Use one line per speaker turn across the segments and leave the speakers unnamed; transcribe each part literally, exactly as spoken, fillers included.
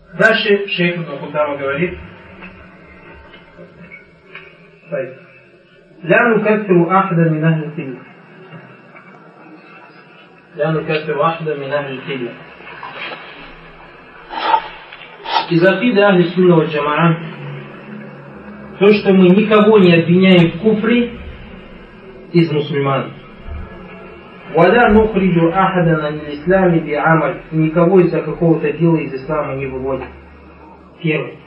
Дальше шейх Ибн Хутама говорит: لا نكفر أحدا من أهل القبلة لا نكفر أحدا من أهل القبلة. Из акиды Ахли Сунна валь Джамаа то, что мы никого не обвиняем в куфре из мусульман. ولا نخرج أحدا عن الإسلام بعمل, никого из-за какого-то дела из ислама не выводим. Первый.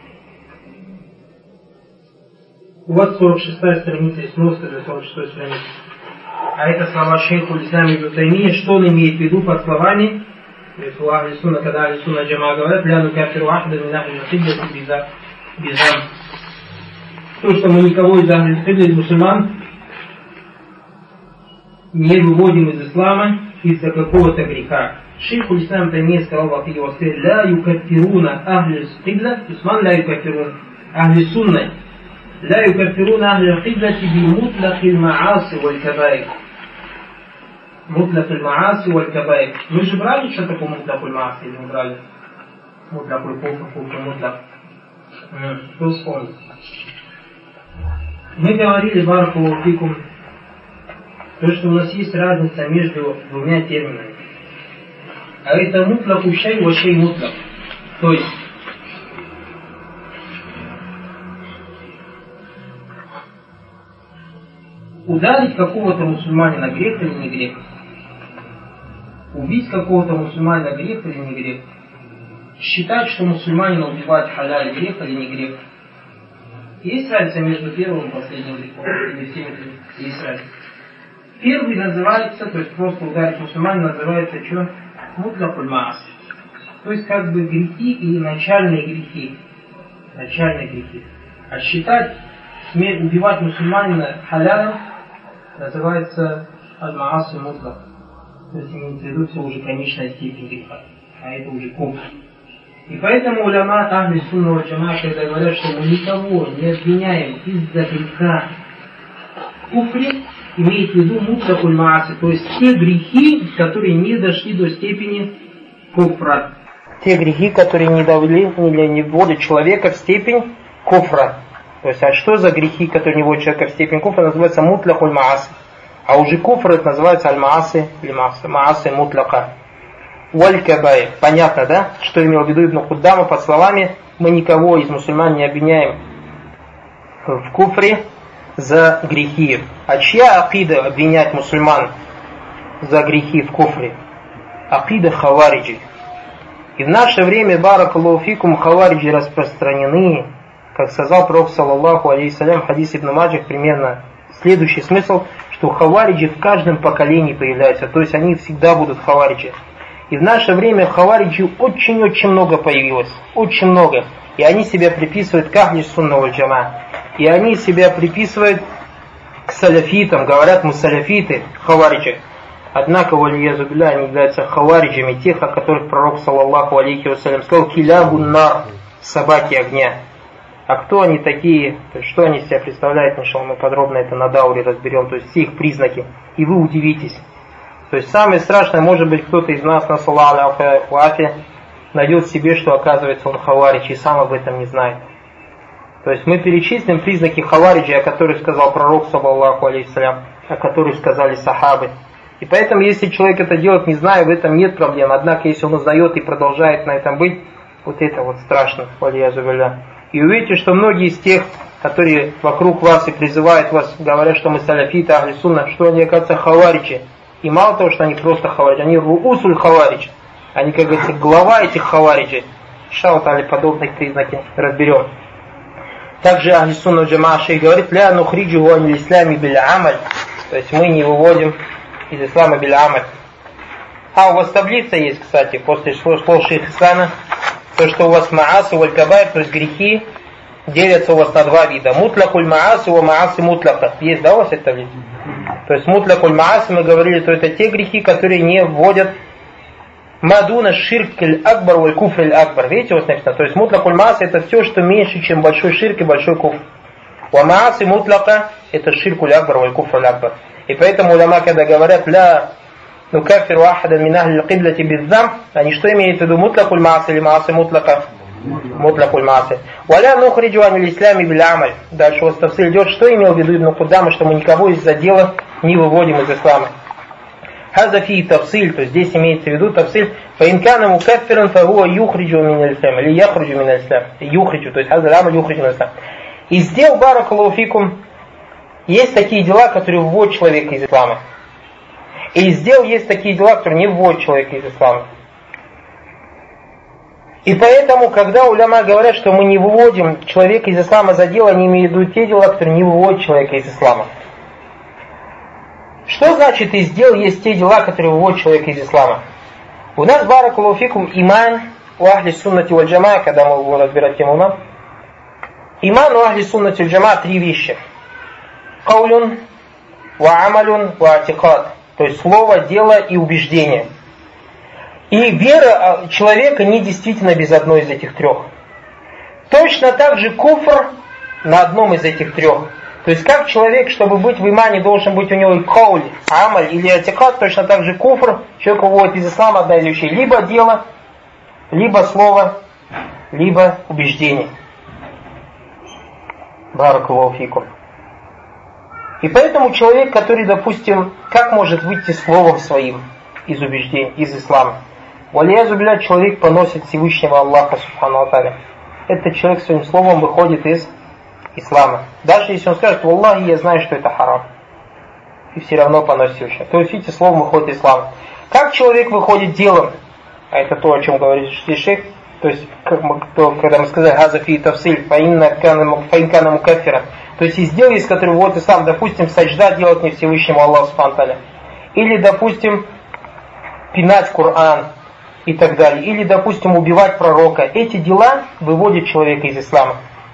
У вас сорок шестая страница и сноска для сорок шестой страницы. А это слова шейха ислама Ибн Таймия. Что он имеет в виду под словами? То есть у Ахли Сунна, когда Ахли Сунна Джамаа говорят: ля нукафиру ахда мин ахли аль-кибля бизам. То, что мы никого из ахли аль-кибля, из мусульман, не выводим из ислама из-за какого-то греха. Шейх ислам Таймия сказал в акиде вассир: ля юкафируна ахли аль-кибля, исман ля юкафирун ахли сунна, ля юкафируна ахли аль-кибля би мутлахи аль-мааси валь-кабаир. Мутлах аль-мааси валь-кабаир. Мы же брали, что такое мутлах аль-мааси, или мы брали? Мутлах аль-куфр, куфр, мутлах. Кто вспомнит? Мы говорили, баракаллаху фикум, то, что у нас есть разница между двумя терминами. А это мутлах ушей, вашей мутлах. То есть, ударить какого-то мусульманина грех или не грех? Убить какого-то мусульманина грех или не грех? Считать, что мусульманина убивать халяль грех или не грех? Есть разница между первым и последним грехом? Или всеми? Есть разница. Первый называется, то есть просто ударить мусульманина называется что? Мутлах аль-мааси. То есть как бы грехи или начальные грехи. Начальные грехи. А считать, убивать мусульманина халялем называется аль-мааси мутлах. То есть имеется в виду все уже конечная степень греха. А это уже куфр. И поэтому уляма Ахли Сунна валь Джамаа, когда говорят, что мы никого не обвиняем из-за греха в куфре, имеет в виду мутлах аль-мааси, то есть те грехи, которые не дошли до степени куфра. Те грехи, которые не довели, не вводят человека в степень куфра. То есть, а что за грехи, которые не вводят человека в степень куфра, называется мутлах аль-мааси. А уже куфр это называется аль-мааси, мааси мутляка. Валь-кабаир. Понятно, да? Что имел в виду Ибн Худдама под словами: мы никого из мусульман не обвиняем в куфре за грехи. А чья акида обвинять мусульман за грехи в куфре? Акида хавариджи. И в наше время, баракаллаху фикум, хавариджи распространены, как сказал пророк саллаллаху алейхи салям в хадисе Ибн Маджах, примерно следующий смысл, что хавариджи в каждом поколении появляются, то есть они всегда будут хавариджи. И в наше время хавариджи очень-очень много появилось, очень много. И они себя приписывают к Ахли Сунна валь Джамаа. И они себя приписывают к саляфитам, говорят: мы саляфиты, хавариджи. Однако, валиязу билля, они являются хавариджами тех, о которых пророк саллаллаху алейхи вассалям сказал: килябун нар, собаки огня. А кто они такие, то есть что они себя представляют, иншалла, мы подробно это на дауре разберем, то есть все их признаки, и вы удивитесь. То есть самое страшное, может быть, кто-то из нас, насаллаху алейхи, найдет в себе, что оказывается он хаваридж, и сам об этом не знает. То есть мы перечислим признаки хавариджа, о которых сказал пророк, саллаллаху алейхи вассалям, о которых сказали сахабы. И поэтому, если человек это делает, не зная, в этом нет проблем. Однако, если он узнает и продолжает на этом быть, вот это вот страшно, валиязу билля. И увидите, что многие из тех, которые вокруг вас и призывают вас, говорят, что мы саляфиты, ахли сунна, что они, оказывается, хавариджи. И мало того, что они просто хавариджи, они руусуль хаваридж. Они, как говорится, глава этих хавариджей. Шаутали подобных признаки разберем. Также ахли сунна джамаа шейх говорит: ля нухриджу ан ислами биль амаль. То есть мы не выводим из ислама биль амаль. А у вас таблица есть, кстати, после слов шейх ислама. То, что у вас мааси валь кабаир, то есть грехи, делятся у вас на два вида. Мутлакуль мааси ва мааси мутляка. Есть, да, у вас эта таблица? То есть мутлакуль мааси, мы говорили, что это те грехи, которые не вводят мадуна ширк аль-акбар валь куфр аль-акбар. Видите, у вас написано? То есть мутлакуль мааси это все, что меньше, чем большой ширк и большой куфр. Ва мааси мутляка это ширк аль-акбар валь куфр аль-акбар. И поэтому уляма, когда говорят ля нукафиру ахада мин ахли аль-киблати бидзам, они что имеют в виду? Мутлакуль мааси или мааси мутляка?
Мутлакуль маси. Валя нухриджу аниль ислями биль амаль. Дальше вот тафсир идет, что имел в виду Ибн Кудама, что мы никого из-за дела не выводим из ислама. Хазафи тафсиль, то есть здесь имеется в виду тафсиль, фаинкана мукаффиран фагуа юхриджу мин ислам, или яхриджу мин ислам, юхриджу, то есть хазаль амаль юхриджу мин ислам. И сделал баракаллаху фикум, есть такие дела, которые вводят человека из ислама. И сделал есть такие дела, которые не вводят человека из ислама. И поэтому, когда уляма говорят, что мы не выводим человека из ислама за дело, они имеют в виду те дела, которые не выводят человека из ислама. Что значит и сделал есть те дела, которые выводят человека из ислама? У нас, баракаллаху фикум, иман у ахли суннати валь джама, когда мы будем разбирать тему иман, иман у ахли суннати валь джама три вещи. Каулюн, ва амалюн, ва атикад. То есть слово, дело и убеждение. И вера человека не действительно без одной из этих трех. Точно так же куфр на одном из этих трех. То есть как человек, чтобы быть в имане, должен быть у него и кауль, амаль или атикад, точно так же куфр, человек выводит из ислама одна из вещей. Либо дело, либо слово, либо убеждение. Баракаллаху фикум. И поэтому человек, который, допустим, как может выйти словом своим из убеждений, из ислама? Валиязу билля, человек поносит Всевышнего Аллаха Субхану Аталя. Этот человек своим словом выходит из ислама. Даже если он скажет: «Валлахи, я знаю, что это харам». И все равно поносит Всевышнего. То есть, видите, словом выходит из ислама. Как человек выходит делом? А это то, о чем говорит шейх. То есть, как мы, то, когда мы сказали «Газафи и тафсиль», «Фаинкана мукаффира». То есть, из дел, из которых выводит ислам, допустим, саджда делать не Всевышнему Аллаху Субхану Аталя. Или, допустим, пинать Коран и так далее. Или, допустим, убивать пророка. Эти дела выводят человека из ислама.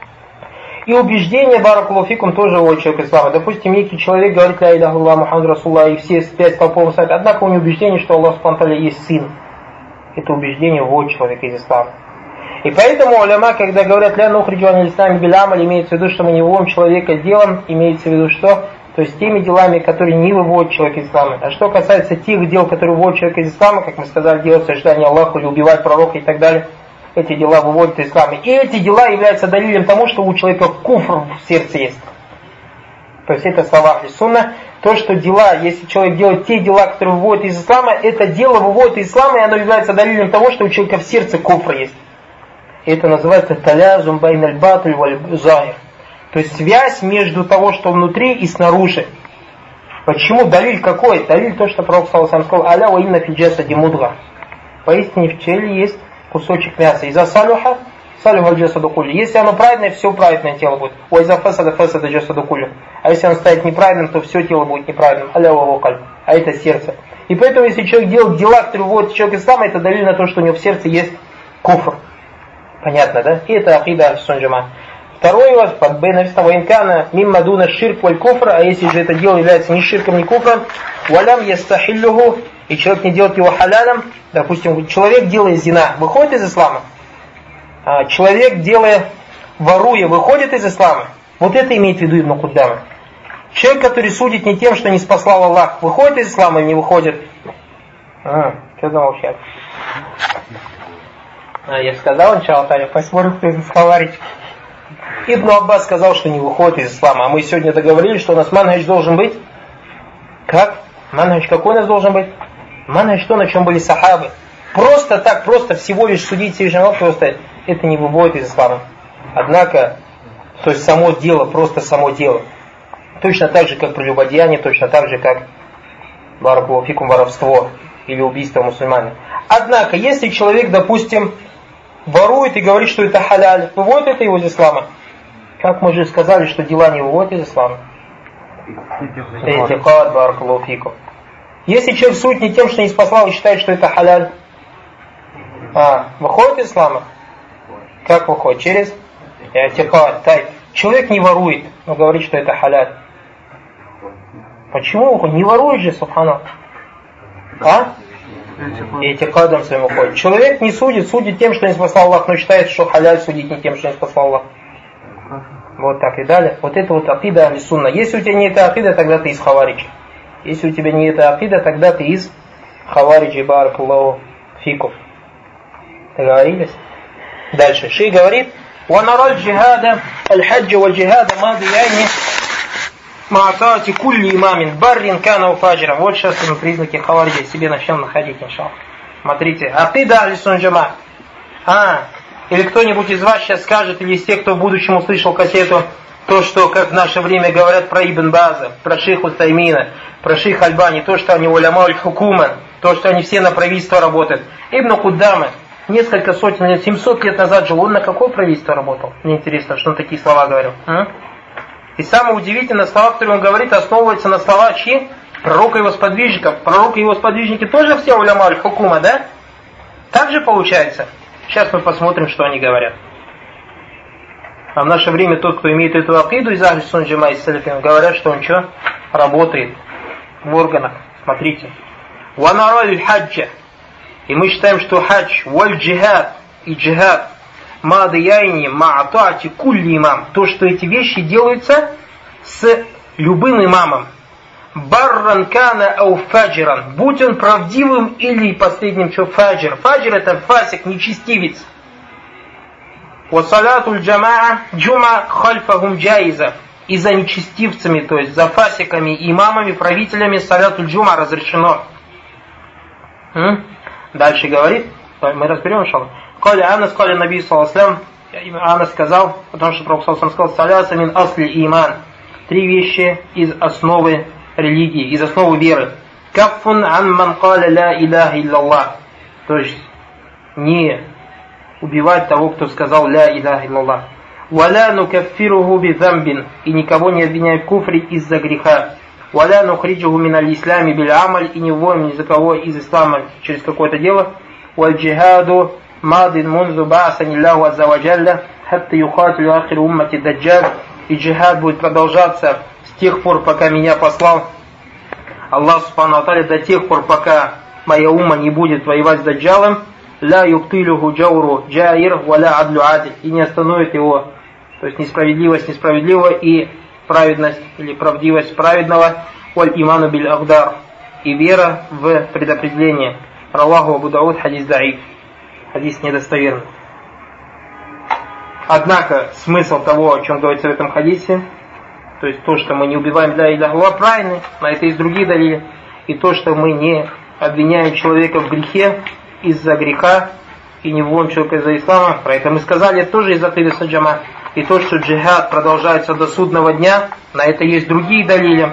И убеждение, баракаллаху фикум, тоже выводит человека из ислама. Допустим, некий человек говорит: «Ля иляха илlallah, Мухаммад Расулуллах», и все пять столпов ставят. Однако у него убеждение, что Аллах Субхану Аталя есть сын. Это убеждение вводит человека из ислама. И поэтому уляма, когда говорят «Ля нухриджу аниль ислами биль амаль», имеется в виду, что мы не выводим человека делом, имеется в виду что? То есть теми делами, которые не выводят человека из ислама. А что касается тех дел, которые выводят человека из ислама, как мы сказали, делать сождание Аллаху или убивать пророка и так далее, эти дела выводят из ислама. И эти дела являются далилем тому, что у человека куфр в сердце есть. То есть это слова ахли сунна. То, что дела, если человек делает те дела, которые выводят из ислама, это дело выводит из ислама, и оно является далилем того, что у человека в сердце куфр есть. И это называется талязум байналь батуль валь захир. То есть связь между того, что внутри и снаружи. Почему? Далиль какой? Далиль то, что Пророк сам сказал: «Аля ва инна фи джасади мудга». Поистине в теле есть кусочек мяса. Иза салюха, салюха джасаду кулли. Если оно правильное, все правильное тело будет. Ва иза фасада, фасада джасаду кулли. А если оно станет неправильным, то все тело будет неправильным. Аля ва вакаль. А это сердце. И поэтому, если человек делает дела, которые вводят человек из ислама, это далиль на то, что у него в сердце есть куфр. Понятно, да? И это акида сунджама. Второй у вас, под Б написано: «Ваинкана мимма дуна ширк валь куфр», а если же это дело является ни ширком, ни куфром, «валям ястахиллюху», и человек не делает его халялем, допустим, человек, делая зина, выходит из ислама, а человек, делая, воруя, выходит из ислама. Вот это имеет в виду Ибн Кудама. Человек, который судит не тем, что не спаслал Аллах, выходит из ислама или не выходит? А, что замолчать? А, я сказал, иншаллах, посмотрим, кто из хаварич. Ибн Аббас сказал, что не выходит из ислама. А мы сегодня договорились, что у нас манхадж должен быть. Как? Манхадж какой у нас должен быть? Манхадж то, на чем были сахабы. Просто так, просто всего лишь судить Всевышнего, просто это не выводит из ислама. Однако, то есть само дело, просто само дело. Точно так же, как прелюбодеяние, точно так же, как баракаллаху фикум, воровство или убийство мусульман. Однако, если человек, допустим, ворует и говорит, что это халяль, выводит это его из ислама? Как мы же сказали, что дела не выводят из ислама. Этикад, баракаллаху фикум. Если человек суть не тем, что не спасал и считает, что это халяль, а, выходит из ислама? Как выходит? Через этикад, тай. Человек не ворует, но говорит, что это халяль. Почему выходит? Не ворует же, субхана. А? Этикадом своим уходит. Человек не судит, судит тем, что не спасал Аллах, но считает, что халяль судить не тем, что не спасал Аллах. Вот так и далее. Вот это вот акида ахли сунна. Если у тебя не это акида, тогда ты из хаварича. Если у тебя не это акида, тогда ты из хаварича, баракаллаху фикум. Договорились? Дальше. Шейх говорит: وَنَرَى الْجِهَادَ الْحَجَّ وَالْجِهَادَ مَاضِيَيْنِ مَعَ طَاعَةِ كُلِّ إِمَامٍ بَرٍّ كَانَ أَوْ فَاجِرًا. Вот сейчас мы признаки хавариджа себе начнем находить, иншаллах. Смотрите. Акида ахли-сунна джамаа. А, или кто-нибудь из вас сейчас скажет, или из тех, кто в будущем услышал кассету, то, что, как в наше время говорят про Ибн База, про шейха Устаймина, про шейха Альбани, то, что они уляма аль-хукума, то, что они все на правительство работают. Ибн Куддама несколько сотен лет, семьсот лет назад жил, он на какое правительство работал? Мне интересно, что он такие слова говорил. А? И самое удивительное, слова, которые он говорит, основываются на словах чьи? Пророка и его сподвижников. Пророк и его сподвижники тоже все уляма аль-хукума, да? Так же получается? Сейчас мы посмотрим, что они говорят. А в наше время тот, кто имеет эту акиду из ахли-сунна джамаа из салафин, говорят, что он что? Работает в органах. Смотрите. وَنَرَى الْحَجَّ. И мы считаем, что хадж, валь-джихад и джихад, мадияйни ма'атати кулли имам. То, что эти вещи делаются с любым имамом. Барран кана ау фаджиран. Будь он правдивым или последним, что фаджир. Фаджир это фасик, нечестивец. Васалатуль джамаа джума хальфахум джаиза. И за нечестивцами, то есть за фасиками, имамами, правителями салатуль джума разрешено. М? Дальше говорит, мы разберем, иншаллах. Каля Анас, каля Наби саллаллаху алейхи ва саллям. Анас сказал, потому что Пророк саллаллаху алейхи ва саллям сказал: саляса мин асли иман. Три вещи из основы религии, из основы веры. Каффун ан ман каля ла иляха илляллах. То есть не убивать того, кто сказал ла иляха илляллах. Валя нукаффируху би замбин. И никого не обвиняй в куфре из-за греха. Валя нухриджуху миналь ислами биль амаль. И не вводим ни за кого из ислама через какое-то дело. Валь джихаду мадин мунзу баасаниллаху азза ва джалля хатта юхатилю ахир уммати даджаль. И джихад будет продолжаться с тех пор, пока меня послал Аллах субхану ва тааля, до тех пор, пока моя умма не будет воевать с даджалом. Ла юктилюху джауру джаир валя адлю адиль. И не остановит его, то есть несправедливость несправедливого и праведность или правдивость праведного. Валь иману биль агдар. И вера в предопределение. Раваху Абу Дауд, хадис даиф. Хадис недостоверный. Однако смысл того, о чем говорится в этом хадисе, то есть то, что мы не убиваем для иляха, правильный, на это есть другие далили. И то, что мы не обвиняем человека в грехе из-за греха и не вводим человека из-за ислама, про это мы сказали, это тоже из акиды джамаа. И то, что джихад продолжается до судного дня, на это есть другие далили.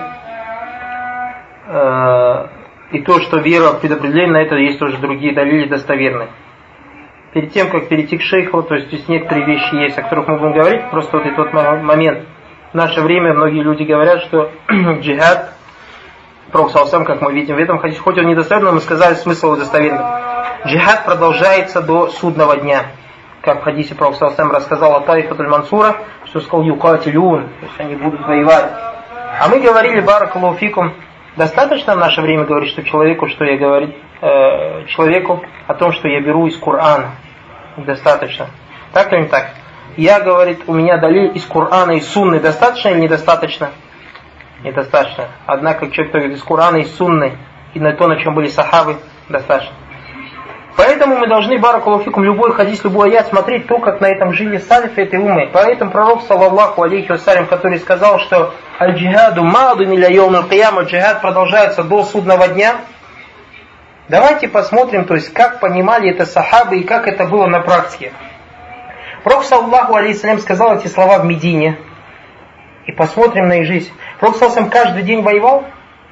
И то, что вера в предопределение, на это есть тоже другие далили достоверные. Перед тем, как перейти к шейху, то есть здесь некоторые вещи есть, о которых мы будем говорить, просто вот этот момент. В наше время многие люди говорят, что джихад, Пророк саллаллаху алейхи ва саллям, как мы видим в этом хадисе, хоть он недостоверный, но мы сказали смысл его достоверный. Джихад продолжается до судного дня. Как в хадисе Пророк саллаллаху алейхи ва саллям рассказал о Таифатуль Мансура, что сказал юкатилюн, то есть они будут воевать. А мы говорили, баракаллаху фикум, достаточно в наше время говорить, что человеку, что я говорю, э, человеку о том, что я беру из Корана. Достаточно. Так или не так? Я, говорит, у меня далиль из Корана и Сунны. Достаточно или недостаточно? Недостаточно. Однако человек, кто говорит из Корана и Сунны, и на то, на чем были сахабы, достаточно. Поэтому мы должны, баракаллаху фикум, любой хадис, любой аят смотреть то, как на этом жили салифы этой уммы. Поэтому пророк, саллаллаху алейхи ва саллям, который сказал, что аль-джихаду мадун иля йоум аль-кияма, джихад продолжается до судного дня. Давайте посмотрим, то есть, как понимали это сахабы и как это было на практике. Пророк, саллаллаху алейхи ва саллям, сказал эти слова в Медине. И посмотрим на их жизнь. Пророк, саллаллаху алейхи ва саллям, каждый день воевал?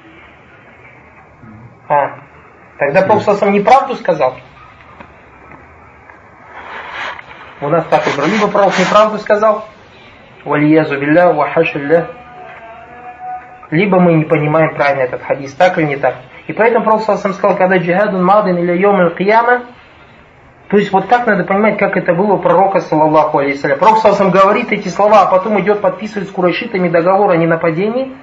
А, тогда Пророк, саллаллаху алейхи ва саллям, неправду сказал? У нас так вот, либо Пророк неправду сказал, валиязу билля, вахашилля, либо мы не понимаем правильно этот хадис, так или не так. И поэтому Пророк саллаллаху алейхи ва саллям сказал, когда джихадун мадин или йом аль-кияма, то есть вот так надо понимать, как это было у пророка, саллаллаху алейхи ва саллям. Пророк саллаллаху алейхи ва саллям говорит эти слова, а потом идет подписывать с курайшитами договор о ненападении.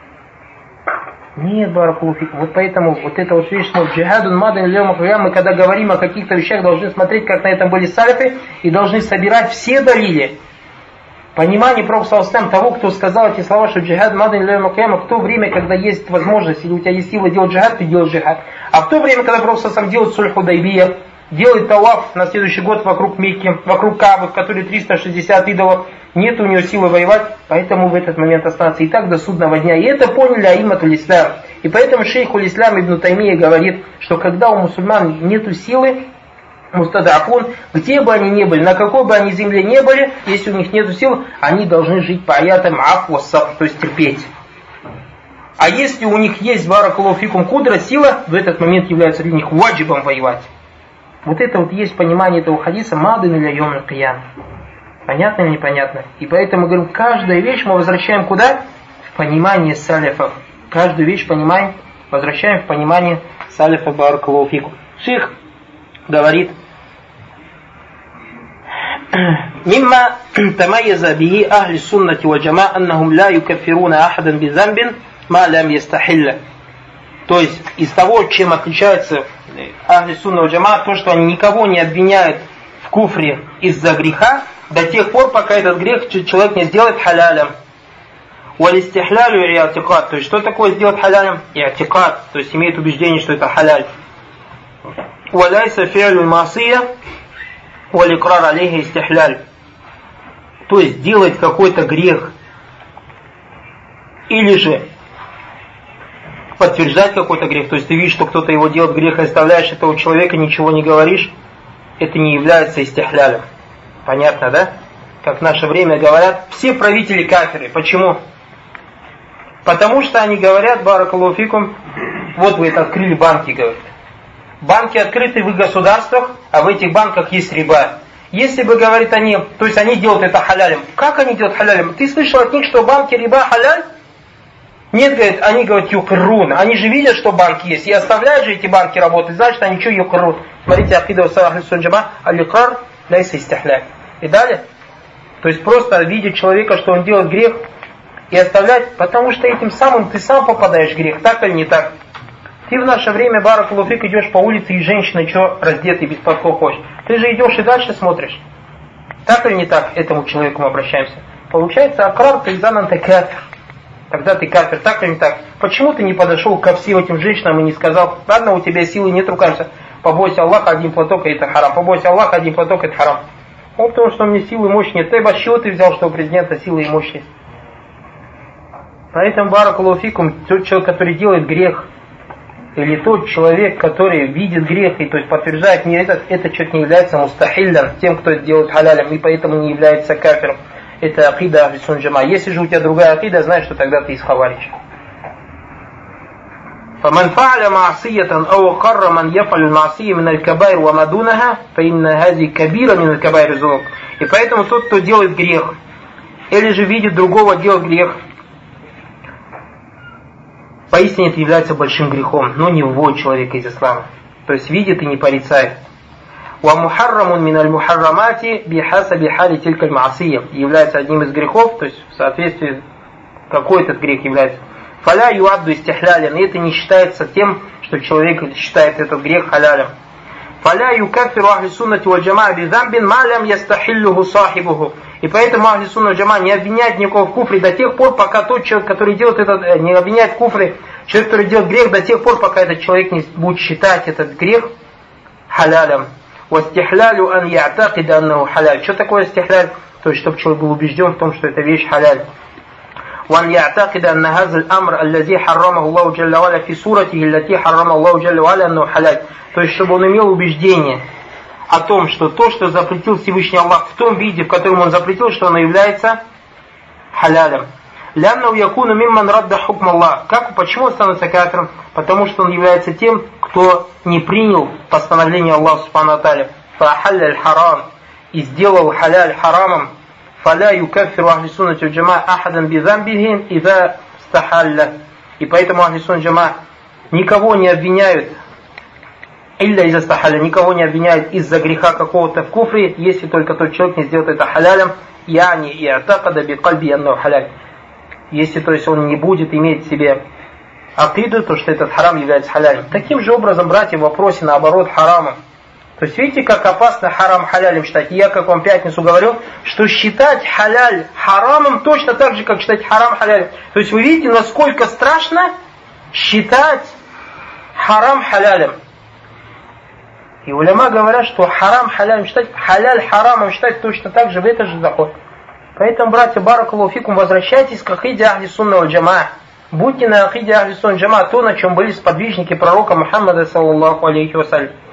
Нет, баракаллаху фикум. Вот поэтому вот это вот вещь, что джихадун мадин или йом аль-кияма, мы когда говорим о каких-то вещах, должны смотреть, как на этом были салифы, и должны собирать все далили. Понимание Пророка саллаллаху алейхи ва саллям того, кто сказал эти слова, что джихад мадин или йом аль-кияма, в то время, когда есть возможность, или у тебя есть сила делать джихад, ты делаешь джихад. А в то время, когда Пророк саллаллаху алейхи ва саллям делает суль Худайбия, делает талаф на следующий год вокруг Мекки, вокруг Каабы, в которой триста шестьдесят идолов, нет у него силы воевать, поэтому в этот момент останется и так до судного дня. И это поняли аиматуль ислам. И поэтому шейхуль ислам ибн Таймия говорит, что когда у мусульман нету силы, мустадафун, где бы они ни были, на какой бы они земле ни были, если у них нету сил, они должны жить по аятам афвасаб, то есть терпеть. А если у них есть баракаллаху фикум кудра, сила, в этот момент является для них ваджибом воевать. Вот это вот есть понимание этого хадиса мадын или йомн киям. Понятно или непонятно? И поэтому, говорим, каждую вещь мы возвращаем куда? В понимание салифов. Каждую вещь понимаем, возвращаем в понимание салифа баракаллаху фикум. Шейх говорит, мимма тамайяза бихи ахли суннати ва джама аннахум ла юкаффируна ахадан бизамбин ма лам ястахилля. То есть из того, чем отличаются ахли сунна ва джама, то, что они никого не обвиняют в куфре из-за греха до тех пор, пока этот грех человек не сделает халялем. Валистихлялю и иатикад. То есть что такое сделать халялем? Иатикад. То есть имеет убеждение, что это халяль. Валяйса фи'лю масия валикрар алейхи истихляль. То есть делать какой-то грех или же подтверждать какой-то грех. То есть ты видишь, что кто-то его делает грех, и оставляешь этого человека, ничего не говоришь, это не является истихлялем. Понятно, да? Как в наше время говорят, все правители кафиры. Почему? Потому что они говорят, баракаллаху фикум, вот вы это открыли банки, говорят. Банки открыты в их государствах, а в этих банках есть риба. Если бы, говорит они, то есть они делают это халялем. Как они делают халялем? Ты слышал от них, что банки риба халяль? Нет, говорит, они говорят юкрун. Они же видят, что банки есть. И оставляют же эти банки работать, значит они что юкрун. Смотрите, акида ахли сунна джама, аль-икрар ляйса истихляль. И далее. То есть просто видеть человека, что он делает грех, и оставлять, потому что этим самым ты сам попадаешь в грех, так или не так. Ты в наше время, баракаллаху фик, идешь по улице, и женщина что, раздетый, без подков хочешь. Ты же идешь и дальше смотришь. Так или не так, к этому человеку мы обращаемся. Получается, акрар тайзанан ты кафир. Тогда ты кафир, так или не так. Почему ты не подошел ко всем этим женщинам и не сказал, ладно, у тебя силы нет, рукавица, побойся Аллаха, один платок, и это харам. Побойся Аллаха, один платок, это харам. Он потому что у меня силы и мощь нет. Ты с чего ты взял, что у президента силы и мощь есть? Поэтому баракаллаху фикум, тот человек, который делает грех, или тот человек, который видит грех и то есть подтверждает не этот, это человек не является мустахиллян, тем, кто это делает халялем, и поэтому не является кафиром. Это акида ахли сунна джама. Если же у тебя другая акида, знаешь, что тогда ты из хаварич. فمن فعل معصية أو قر من يفعل المعصية من الكبائر وما دونها فإن هذه كبيرة من الكبائر الذنوب. И поэтому тот, кто делает грех, или же видит другого делать грех, поистине это является большим грехом, но не вводит человека из ислама. То есть видит и не порицает. وَمُحَرَّمٌ مِنَ الْمُحَرَّمَاتِ بِحَسَبِ حَالِ تِلْكَ الْمَعْصِيَّةِ является одним из грехов, то есть в соответствии какой этот грех является. فَلَا يُعَدُّ إِسْتِحْلَالًا. И это не считается тем, что человек считает этот грех халялем. فَلَا يُكَفِّرُ أَهْلِ السُنَّةِ وَالْجَمَاعَةِ بِذَنْبٍ مَا لَمْ يَسْتَحِلُّهُ صَاحِبُهُ. И поэтому ахли сунна джама не обвиняет никого в куфре до тех пор, пока тот человек, который делает этот, не обвиняет в куфре, человек, который делает грех, до тех пор, пока этот человек не будет считать этот грех халялем. وَاسْتِحْلَالُ أَنْ يَعْتَقِدَ أَنَّهُ халяль. Что такое истихляль? То есть, чтобы человек был убежден в том, что эта вещь халяль. وأن يعتقد أن هذا الأمر الذي حرمه الله جل وعلا في صورته التي حرم الله جل وعلا أنه حلال. То есть, чтобы он имел убеждение о том, что то, что запретил Всевышний Аллах в том виде, в котором он запретил, что оно является халялем. لأنه يكون ممن رد حكم الله. Как, почему он становится кафиром? Потому что он является тем, кто не принял постановление Аллаха субхану ва тааля. فأحل الحرام. И сделал халяль харамом. فلا يكفر أهل السنة والجماعة أحدا بذنبهم إذا استحل. И поэтому أهل السنة والجماعة никого не обвиняют, илля из-за стахаля, никого не обвиняют из-за греха какого-то в куфре, если только тот человек не сделает это халялем, яни и атакада би кальби аннаху халяль. Если, то есть, он не будет иметь в себе акиду, то что этот харам является халялем. Таким же образом, братья, в вопросе наоборот харама. То есть видите, как опасно харам халялем считать. И я, как вам в пятницу говорил, что считать халяль харамом точно так же, как считать харам халялем. То есть вы видите, насколько страшно считать харам халялем. И уляма говорят, что харам халяль считать, халяль харамом считать точно так же, в это же заход. Поэтому, братья, баракаллаху фикум, возвращайтесь к акиде ахли сунна валь джамаа. Будьте на акиде ахли сунна валь джамаа, то, на чем были сподвижники пророка Мухаммада, саллаллаху алейхи вассалям.